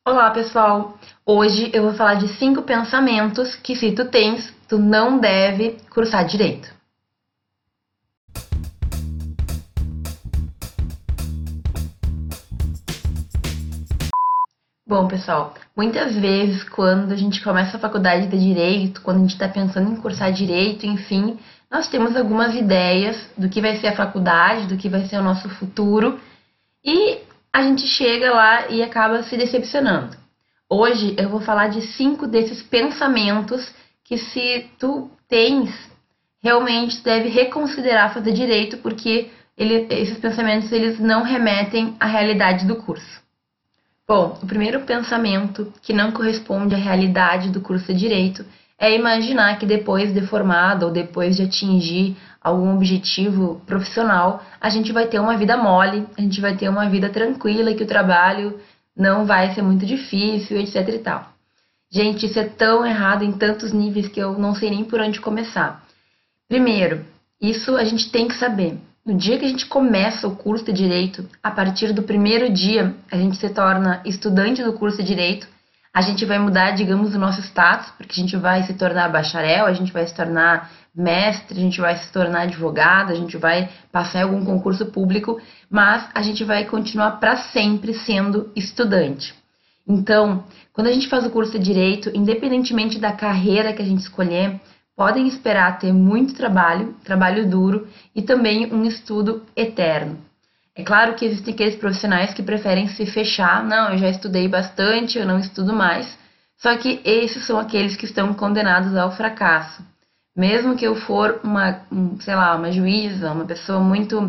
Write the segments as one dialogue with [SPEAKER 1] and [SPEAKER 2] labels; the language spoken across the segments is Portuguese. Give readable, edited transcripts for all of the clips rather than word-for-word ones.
[SPEAKER 1] Olá, pessoal! Hoje eu vou falar de 5 pensamentos que, se tu tens, tu não deve cursar direito. Bom, pessoal, muitas vezes quando a gente começa a faculdade de direito, quando a gente está pensando em cursar direito, enfim, nós temos algumas ideias do que vai ser a faculdade, do que vai ser o nosso futuro, e a gente chega lá e acaba se decepcionando. Hoje eu vou falar de 5 desses pensamentos que, se tu tens, realmente deve reconsiderar fazer direito, porque esses pensamentos eles não remetem à realidade do curso. Bom, o primeiro pensamento que não corresponde à realidade do curso de direito é imaginar que depois de formado ou depois de atingir algum objetivo profissional, a gente vai ter uma vida mole, a gente vai ter uma vida tranquila, que o trabalho não vai ser muito difícil, etc e tal. Gente, isso é tão errado em tantos níveis que eu não sei nem por onde começar. Primeiro, isso a gente tem que saber. No dia que a gente começa o curso de Direito, a partir do primeiro dia, a gente se torna estudante do curso de Direito, a gente vai mudar, digamos, o nosso status, porque a gente vai se tornar bacharel, a gente vai se tornar mestre, a gente vai se tornar advogado, a gente vai passar em algum concurso público, mas a gente vai continuar para sempre sendo estudante. Então, quando a gente faz o curso de Direito, independentemente da carreira que a gente escolher, podem esperar ter muito trabalho, trabalho duro e também um estudo eterno. É claro que existem aqueles profissionais que preferem se fechar, não, eu já estudei bastante, eu não estudo mais, só que esses são aqueles que estão condenados ao fracasso. Mesmo que eu for uma juíza, uma pessoa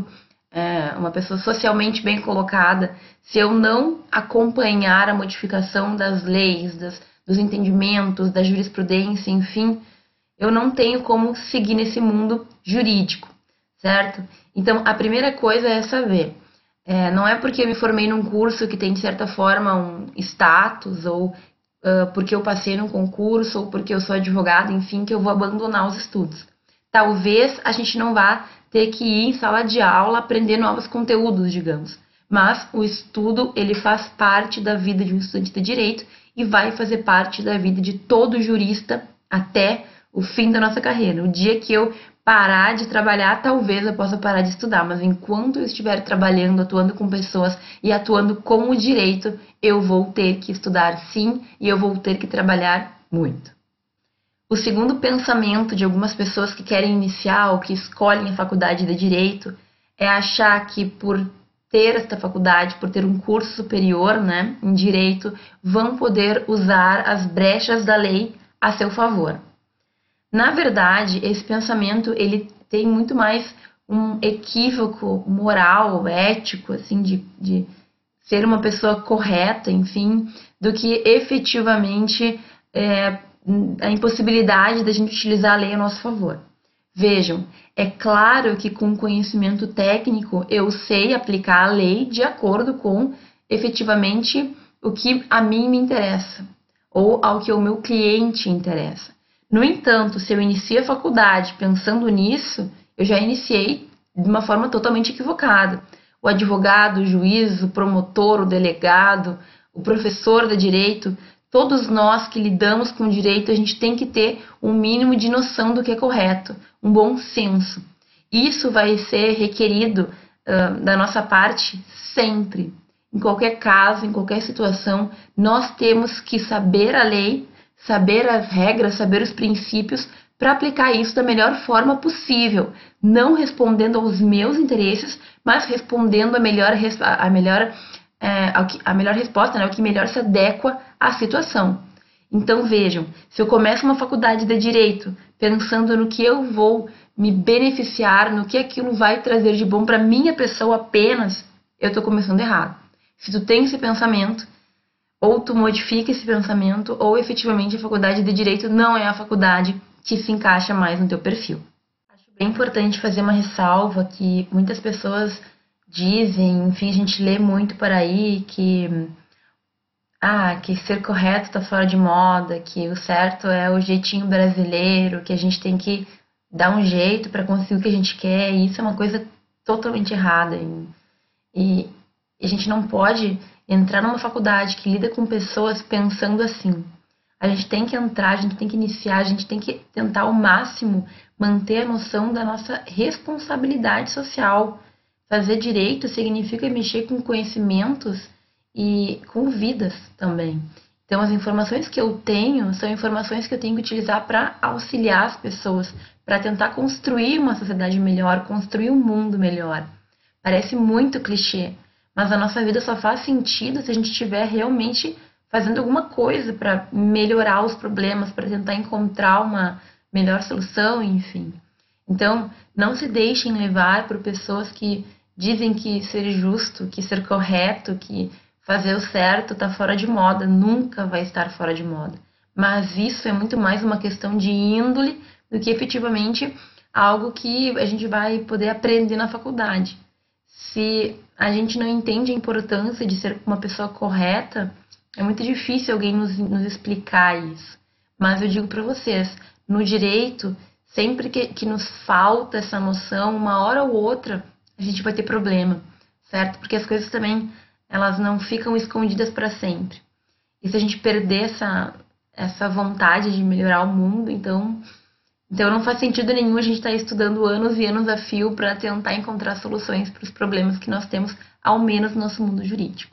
[SPEAKER 1] uma pessoa socialmente bem colocada, se eu não acompanhar a modificação das leis, dos entendimentos, da jurisprudência, enfim, eu não tenho como seguir nesse mundo jurídico, certo? Então, a primeira coisa é saber, não é porque eu me formei num curso que tem, de certa forma, um status, ou porque eu passei num concurso, ou porque eu sou advogado, enfim, que eu vou abandonar os estudos. Talvez a gente não vá ter que ir em sala de aula aprender novos conteúdos, digamos. Mas o estudo, ele faz parte da vida de um estudante de direito e vai fazer parte da vida de todo jurista até o fim da nossa carreira. O dia que eu parar de trabalhar, talvez eu possa parar de estudar, mas enquanto eu estiver trabalhando, atuando com pessoas e atuando com o direito, eu vou ter que estudar sim e eu vou ter que trabalhar muito. O segundo pensamento de algumas pessoas que querem iniciar ou que escolhem a faculdade de Direito é achar que, por ter esta faculdade, por ter um curso superior, né, em Direito, vão poder usar as brechas da lei a seu favor. Na verdade, esse pensamento ele tem muito mais um equívoco moral, ético, assim, de ser uma pessoa correta, enfim, do que efetivamente a impossibilidade da gente utilizar a lei a nosso favor. Vejam, é claro que com conhecimento técnico eu sei aplicar a lei de acordo com efetivamente o que a mim me interessa ou ao que o meu cliente interessa. No entanto, se eu inicio a faculdade pensando nisso, eu já iniciei de uma forma totalmente equivocada. O advogado, o juiz, o promotor, o delegado, o professor de direito, todos nós que lidamos com o direito, a gente tem que ter um mínimo de noção do que é correto, um bom senso. Isso vai ser requerido da nossa parte sempre. Em qualquer caso, em qualquer situação, nós temos que saber a lei, saber as regras, saber os princípios para aplicar isso da melhor forma possível, não respondendo aos meus interesses, mas respondendo a melhor resposta, né, o que melhor se adequa à situação. Então vejam, se eu começo uma faculdade de Direito pensando no que eu vou me beneficiar, no que aquilo vai trazer de bom para minha pessoa apenas, eu estou começando errado. Se tu tem esse pensamento, ou tu modifica esse pensamento, ou efetivamente a faculdade de Direito não é a faculdade que se encaixa mais no teu perfil. Acho bem importante fazer uma ressalva que muitas pessoas dizem, enfim, a gente lê muito por aí que ser correto está fora de moda, que o certo é o jeitinho brasileiro, que a gente tem que dar um jeito para conseguir o que a gente quer, e isso é uma coisa totalmente errada. E a gente não pode entrar numa faculdade que lida com pessoas pensando assim. A gente tem que entrar, a gente tem que iniciar, a gente tem que tentar ao máximo manter a noção da nossa responsabilidade social. Fazer direito significa mexer com conhecimentos e com vidas também. Então, as informações que eu tenho são informações que eu tenho que utilizar para auxiliar as pessoas, para tentar construir uma sociedade melhor, construir um mundo melhor. Parece muito clichê, mas a nossa vida só faz sentido se a gente estiver realmente fazendo alguma coisa para melhorar os problemas, para tentar encontrar uma melhor solução, enfim. Então, não se deixem levar por pessoas que dizem que ser justo, que ser correto, que fazer o certo está fora de moda, nunca vai estar fora de moda. Mas isso é muito mais uma questão de índole do que efetivamente algo que a gente vai poder aprender na faculdade. Se a gente não entende a importância de ser uma pessoa correta, é muito difícil alguém nos explicar isso. Mas eu digo para vocês, no direito, sempre que nos falta essa noção, uma hora ou outra, a gente vai ter problema, certo? Porque as coisas também, elas não ficam escondidas para sempre. E se a gente perder essa vontade de melhorar o mundo, então não faz sentido nenhum a gente estar estudando anos e anos a fio para tentar encontrar soluções para os problemas que nós temos, ao menos no nosso mundo jurídico.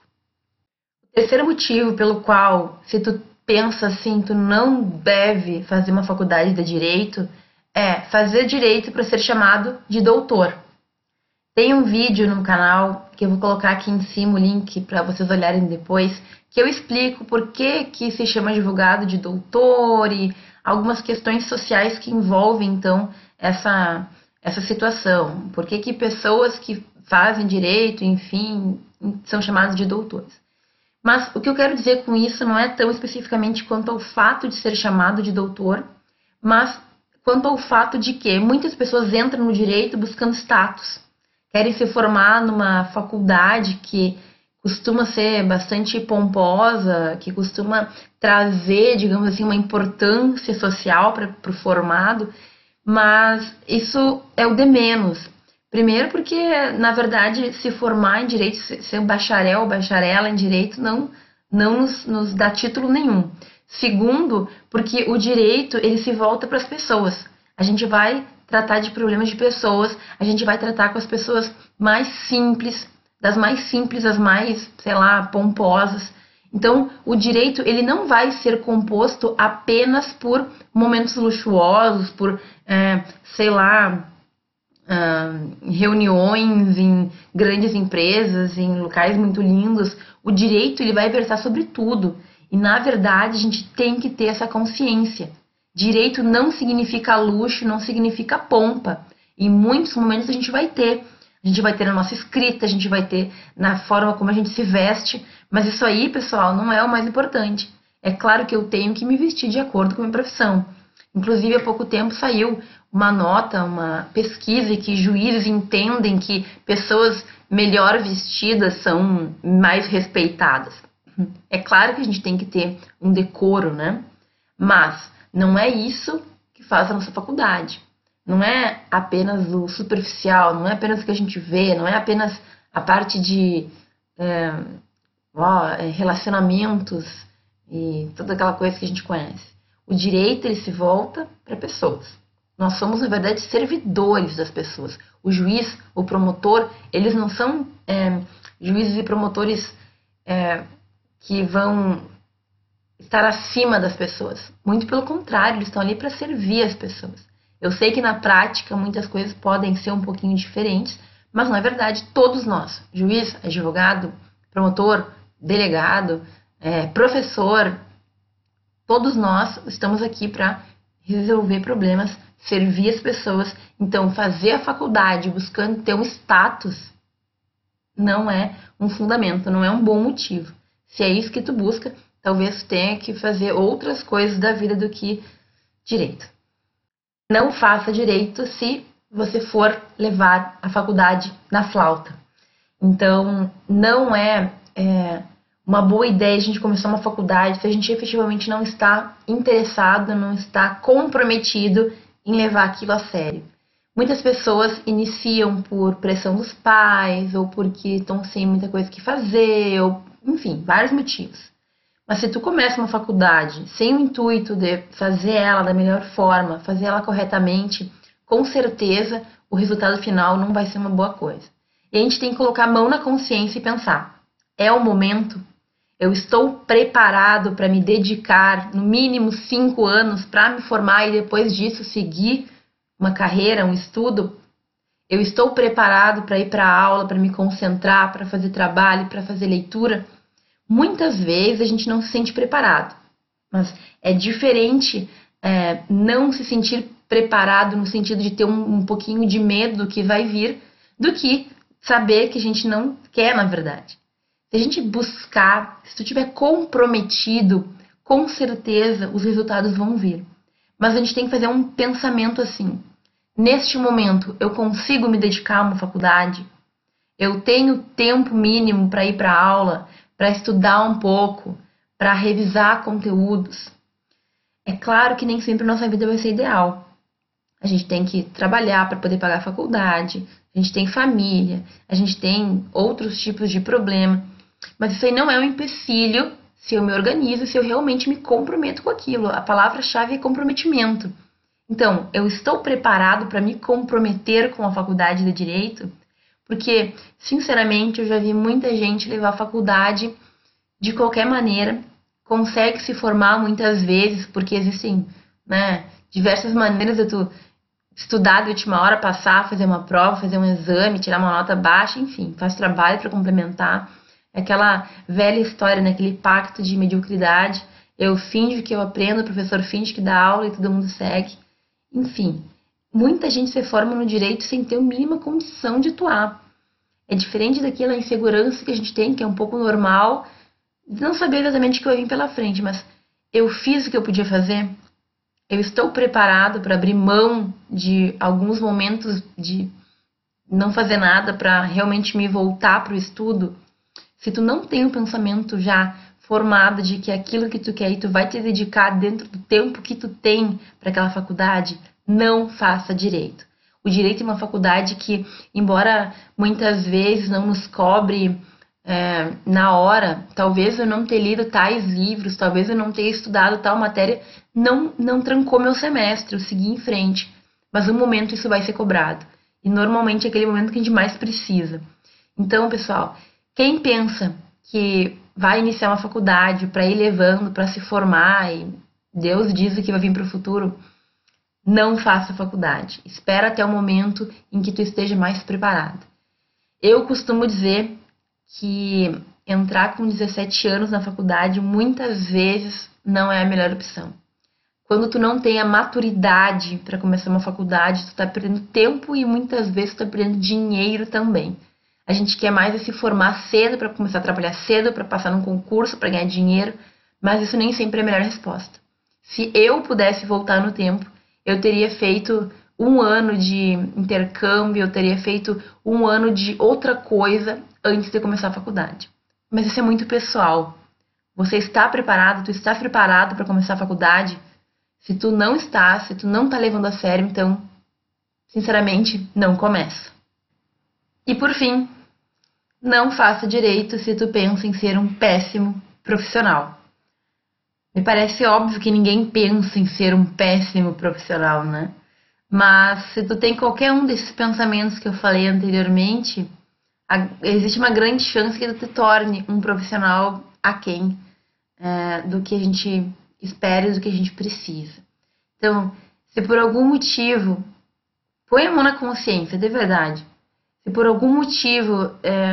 [SPEAKER 1] O terceiro motivo pelo qual, se tu pensa assim, tu não deve fazer uma faculdade de direito, é fazer direito para ser chamado de doutor. Tem um vídeo no canal, que eu vou colocar aqui em cima o link para vocês olharem depois, que eu explico por que se chama advogado de doutor e algumas questões sociais que envolvem, então, essa situação. Por que pessoas que fazem direito, enfim, são chamadas de doutores. Mas o que eu quero dizer com isso não é tão especificamente quanto ao fato de ser chamado de doutor, mas quanto ao fato de que muitas pessoas entram no direito buscando status. Querem se formar numa faculdade que costuma ser bastante pomposa, que costuma trazer, digamos assim, uma importância social para o formado, mas isso é o de menos. Primeiro porque, na verdade, se formar em direito, ser bacharel ou bacharela em direito não nos dá título nenhum. Segundo, porque o direito ele se volta para as pessoas. A gente vai tratar de problemas de pessoas, a gente vai tratar com as pessoas mais simples, das mais simples às mais, sei lá, pomposas. Então, o direito ele não vai ser composto apenas por momentos luxuosos, por, sei lá, reuniões em grandes empresas, em locais muito lindos. O direito ele vai versar sobre tudo. E, na verdade, a gente tem que ter essa consciência. Direito não significa luxo, não significa pompa. Em muitos momentos a gente vai ter. A gente vai ter na nossa escrita, a gente vai ter na forma como a gente se veste. Mas isso aí, pessoal, não é o mais importante. É claro que eu tenho que me vestir de acordo com a minha profissão. Inclusive, há pouco tempo saiu uma nota, uma pesquisa que juízes entendem que pessoas melhor vestidas são mais respeitadas. É claro que a gente tem que ter um decoro, né? Mas não é isso que faz a nossa faculdade. Não é apenas o superficial, não é apenas o que a gente vê, não é apenas a parte de relacionamentos e toda aquela coisa que a gente conhece. O direito ele se volta para pessoas. Nós somos, na verdade, servidores das pessoas. O juiz, o promotor, eles não são juízes e promotores que vão estar acima das pessoas. Muito pelo contrário, eles estão ali para servir as pessoas. Eu sei que na prática muitas coisas podem ser um pouquinho diferentes, mas não é verdade. Todos nós, juiz, advogado, promotor, delegado, professor, todos nós estamos aqui para resolver problemas, servir as pessoas. Então, fazer a faculdade buscando ter um status não é um fundamento, não é um bom motivo. Se é isso que tu busca, talvez tenha que fazer outras coisas da vida do que direito. Não faça direito se você for levar a faculdade na flauta. Então, não é uma boa ideia a gente começar uma faculdade se a gente efetivamente não está interessado, não está comprometido em levar aquilo a sério. Muitas pessoas iniciam por pressão dos pais, ou porque estão sem muita coisa que fazer, ou enfim, vários motivos. Mas se tu começa uma faculdade sem o intuito de fazer ela da melhor forma, fazer ela corretamente, com certeza o resultado final não vai ser uma boa coisa. E a gente tem que colocar a mão na consciência e pensar, é o momento? Eu estou preparado para me dedicar no mínimo 5 anos para me formar e depois disso seguir uma carreira, um estudo? Eu estou preparado para ir para a aula, para me concentrar, para fazer trabalho, para fazer leitura? Muitas vezes a gente não se sente preparado, mas é diferente não se sentir preparado no sentido de ter um pouquinho de medo do que vai vir, do que saber que a gente não quer, na verdade. Se a gente buscar, se tu estiver comprometido, com certeza os resultados vão vir. Mas a gente tem que fazer um pensamento assim. Neste momento, eu consigo me dedicar a uma faculdade? Eu tenho tempo mínimo para ir para a aula, para estudar um pouco, para revisar conteúdos? É claro que nem sempre a nossa vida vai ser ideal. A gente tem que trabalhar para poder pagar a faculdade, a gente tem família, a gente tem outros tipos de problema. Mas isso aí não é um empecilho se eu me organizo, se eu realmente me comprometo com aquilo. A palavra-chave é comprometimento. Então, eu estou preparado para me comprometer com a faculdade de Direito? Porque, sinceramente, eu já vi muita gente levar a faculdade de qualquer maneira, consegue se formar muitas vezes, porque existem, diversas maneiras de tu estudar de última hora, passar, fazer uma prova, fazer um exame, tirar uma nota baixa, enfim, faz trabalho para complementar. É aquela velha história, aquele pacto de mediocridade. Eu finjo que eu aprendo, o professor finge que dá aula e todo mundo segue. Enfim, muita gente se forma no direito sem ter a mínima condição de atuar. É diferente daquela insegurança que a gente tem, que é um pouco normal, de não saber exatamente o que vai vir pela frente, mas eu fiz o que eu podia fazer? Eu estou preparado para abrir mão de alguns momentos de não fazer nada para realmente me voltar para o estudo? Se tu não tem um pensamento já formado de que aquilo que tu quer e tu vai te dedicar dentro do tempo que tu tem para aquela faculdade, não faça direito. O direito é uma faculdade que, embora muitas vezes não nos cobre na hora, talvez eu não ter lido tais livros, talvez eu não ter estudado tal matéria, não trancou meu semestre, eu segui em frente. Mas um momento isso vai ser cobrado. E normalmente é aquele momento que a gente mais precisa. Então, pessoal, quem pensa que vai iniciar uma faculdade para ir levando, para se formar, e Deus diz o que vai vir para o futuro, não faça faculdade. Espera até o momento em que tu esteja mais preparado. Eu costumo dizer que entrar com 17 anos na faculdade muitas vezes não é a melhor opção. Quando tu não tem a maturidade para começar uma faculdade, tu está perdendo tempo e muitas vezes tu está perdendo dinheiro também. A gente quer mais se formar cedo para começar a trabalhar cedo, para passar num concurso, para ganhar dinheiro, mas isso nem sempre é a melhor resposta. Se eu pudesse voltar no tempo, eu teria feito 1 ano de intercâmbio, eu teria feito 1 ano de outra coisa antes de começar a faculdade. Mas isso é muito pessoal. Você está preparado? Tu está preparado para começar a faculdade? Se tu não está, se tu não está levando a sério, então, sinceramente, não começa. E por fim, não faça direito se tu pensa em ser um péssimo profissional. Me parece óbvio que ninguém pensa em ser um péssimo profissional, né? Mas se tu tem qualquer um desses pensamentos que eu falei anteriormente, existe uma grande chance que tu te torne um profissional aquém do que a gente espera e do que a gente precisa. Então, se por algum motivo, põe a mão na consciência, de verdade. Se por algum motivo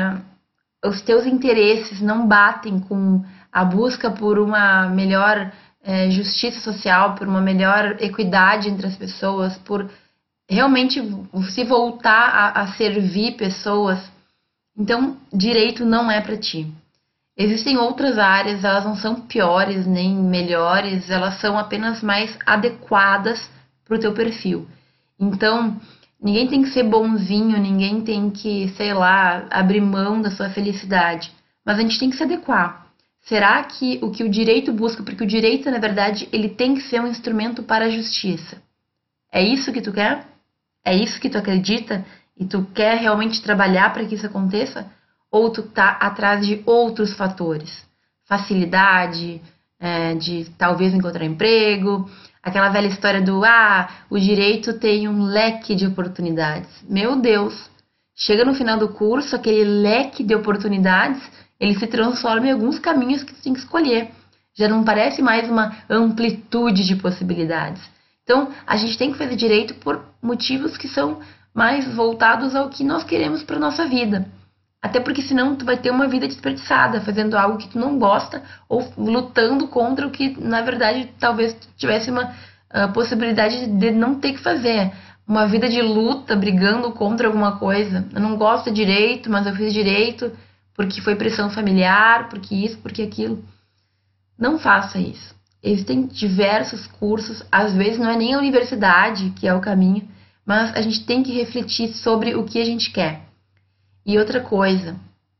[SPEAKER 1] os teus interesses não batem com a busca por uma melhor justiça social, por uma melhor equidade entre as pessoas, por realmente se voltar a servir pessoas, então direito não é para ti. Existem outras áreas, elas não são piores nem melhores, elas são apenas mais adequadas para o teu perfil. Então, ninguém tem que ser bonzinho, ninguém tem que, abrir mão da sua felicidade. Mas a gente tem que se adequar. Será que o que o direito busca, porque o direito, na verdade, ele tem que ser um instrumento para a justiça. É isso que tu quer? É isso que tu acredita? E tu quer realmente trabalhar para que isso aconteça? ou tu tá atrás de outros fatores? Facilidade, de talvez encontrar emprego, aquela velha história do o direito tem um leque de oportunidades. Meu Deus, chega no final do curso, aquele leque de oportunidades, ele se transforma em alguns caminhos que tu tem que escolher. Já não parece mais uma amplitude de possibilidades. Então, a gente tem que fazer direito por motivos que são mais voltados ao que nós queremos para nossa vida. Até porque senão tu vai ter uma vida desperdiçada, fazendo algo que tu não gosta ou lutando contra o que, na verdade, talvez tu tivesse uma possibilidade de não ter que fazer. Uma vida de luta, brigando contra alguma coisa. Eu não gosto de direito, mas eu fiz direito porque foi pressão familiar, porque isso, porque aquilo. Não faça isso. Existem diversos cursos, às vezes não é nem a universidade que é o caminho, mas a gente tem que refletir sobre o que a gente quer. E outra coisa,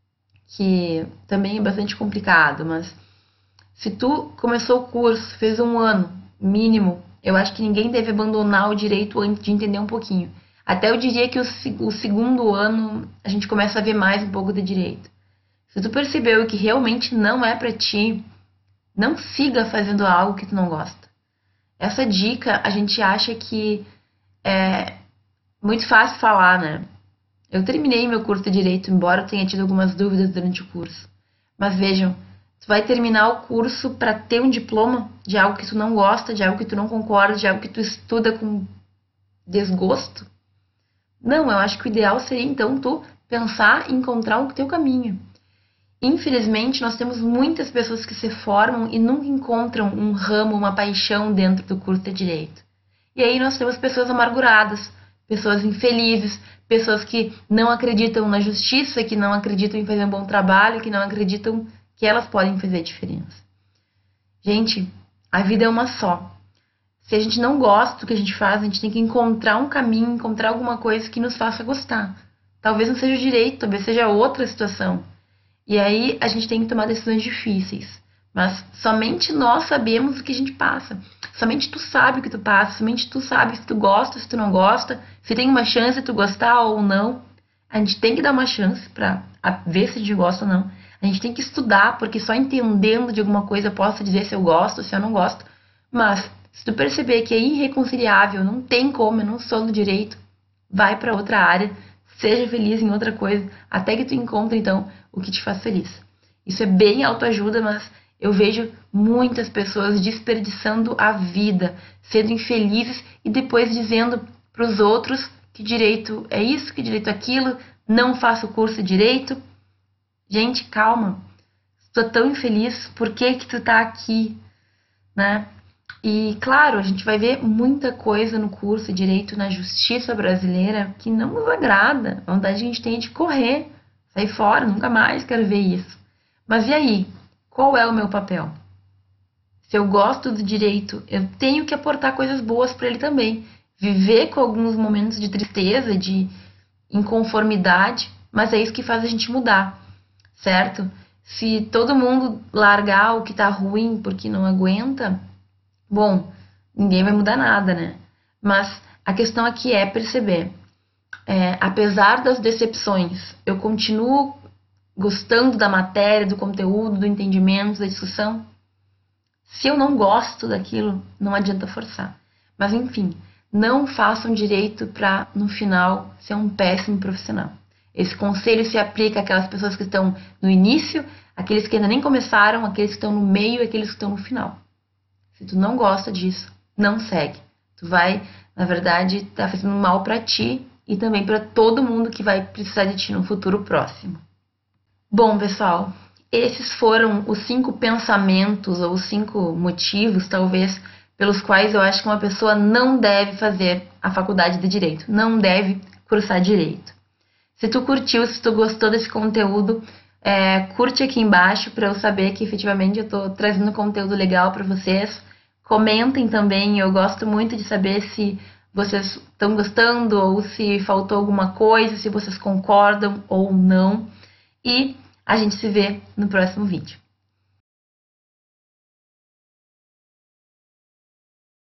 [SPEAKER 1] que também é bastante complicado, mas se tu começou o curso, fez 1 ano, mínimo, eu acho que ninguém deve abandonar o direito antes de entender um pouquinho. Até eu diria que o 2º ano a gente começa a ver mais um pouco de direito. Se tu percebeu que realmente não é pra ti, não siga fazendo algo que tu não gosta. Essa dica a gente acha que é muito fácil falar, né? Eu terminei meu curso de Direito, embora eu tenha tido algumas dúvidas durante o curso. Mas vejam, tu vai terminar o curso para ter um diploma de algo que tu não gosta, de algo que tu não concorda, de algo que tu estuda com desgosto? Não, eu acho que o ideal seria então tu pensar em encontrar o teu caminho. Infelizmente, nós temos muitas pessoas que se formam e nunca encontram um ramo, uma paixão dentro do curso de Direito. E aí nós temos pessoas amarguradas, pessoas infelizes, pessoas que não acreditam na justiça, que não acreditam em fazer um bom trabalho, que não acreditam que elas podem fazer diferença. Gente, a vida é uma só. Se a gente não gosta do que a gente faz, a gente tem que encontrar um caminho, encontrar alguma coisa que nos faça gostar. Talvez não seja o direito, talvez seja outra situação. E aí a gente tem que tomar decisões difíceis. Mas somente nós sabemos o que a gente passa. Somente tu sabe o que tu passa. Somente tu sabe se tu gosta, se tu não gosta. Se tem uma chance de tu gostar ou não. A gente tem que dar uma chance pra ver se a gente gosta ou não. A gente tem que estudar, porque só entendendo de alguma coisa eu posso dizer se eu gosto ou se eu não gosto. Mas se tu perceber que é irreconciliável, não tem como, eu não sou do direito, vai pra outra área. Seja feliz em outra coisa, até que tu encontre, então, o que te faz feliz. Isso é bem autoajuda, mas eu vejo muitas pessoas desperdiçando a vida, sendo infelizes e depois dizendo para os outros que direito é isso, que direito é aquilo, não faço o curso de direito. Gente, calma. Se tu é tão infeliz, por que que tu tá aqui, né? E, claro, a gente vai ver muita coisa no curso de Direito na Justiça Brasileira que não nos agrada. A vontade que a gente tem é de correr, sair fora, nunca mais quero ver isso. Mas e aí? Qual é o meu papel? Se eu gosto do direito, eu tenho que aportar coisas boas para ele também. Viver com alguns momentos de tristeza, de inconformidade, mas é isso que faz a gente mudar, certo? Se todo mundo largar o que tá ruim porque não aguenta, bom, ninguém vai mudar nada, né? Mas a questão aqui é perceber, apesar das decepções, eu continuo gostando da matéria, do conteúdo, do entendimento, da discussão. Se eu não gosto daquilo, não adianta forçar. Mas enfim, não façam direito para, no final, ser um péssimo profissional. Esse conselho se aplica àquelas pessoas que estão no início, aqueles que ainda nem começaram, aqueles que estão no meio e aqueles que estão no final. Se tu não gosta disso, não segue. Tu vai, na verdade, estar fazendo mal para ti e também para todo mundo que vai precisar de ti no futuro próximo. Bom, pessoal, esses foram os 5 pensamentos ou os 5 motivos, talvez, pelos quais eu acho que uma pessoa não deve fazer a faculdade de Direito, não deve cursar Direito. Se tu curtiu, se tu gostou desse conteúdo, curte aqui embaixo para eu saber que efetivamente eu estou trazendo conteúdo legal para vocês. Comentem também, eu gosto muito de saber se vocês estão gostando ou se faltou alguma coisa, se vocês concordam ou não. E a gente se vê no próximo vídeo.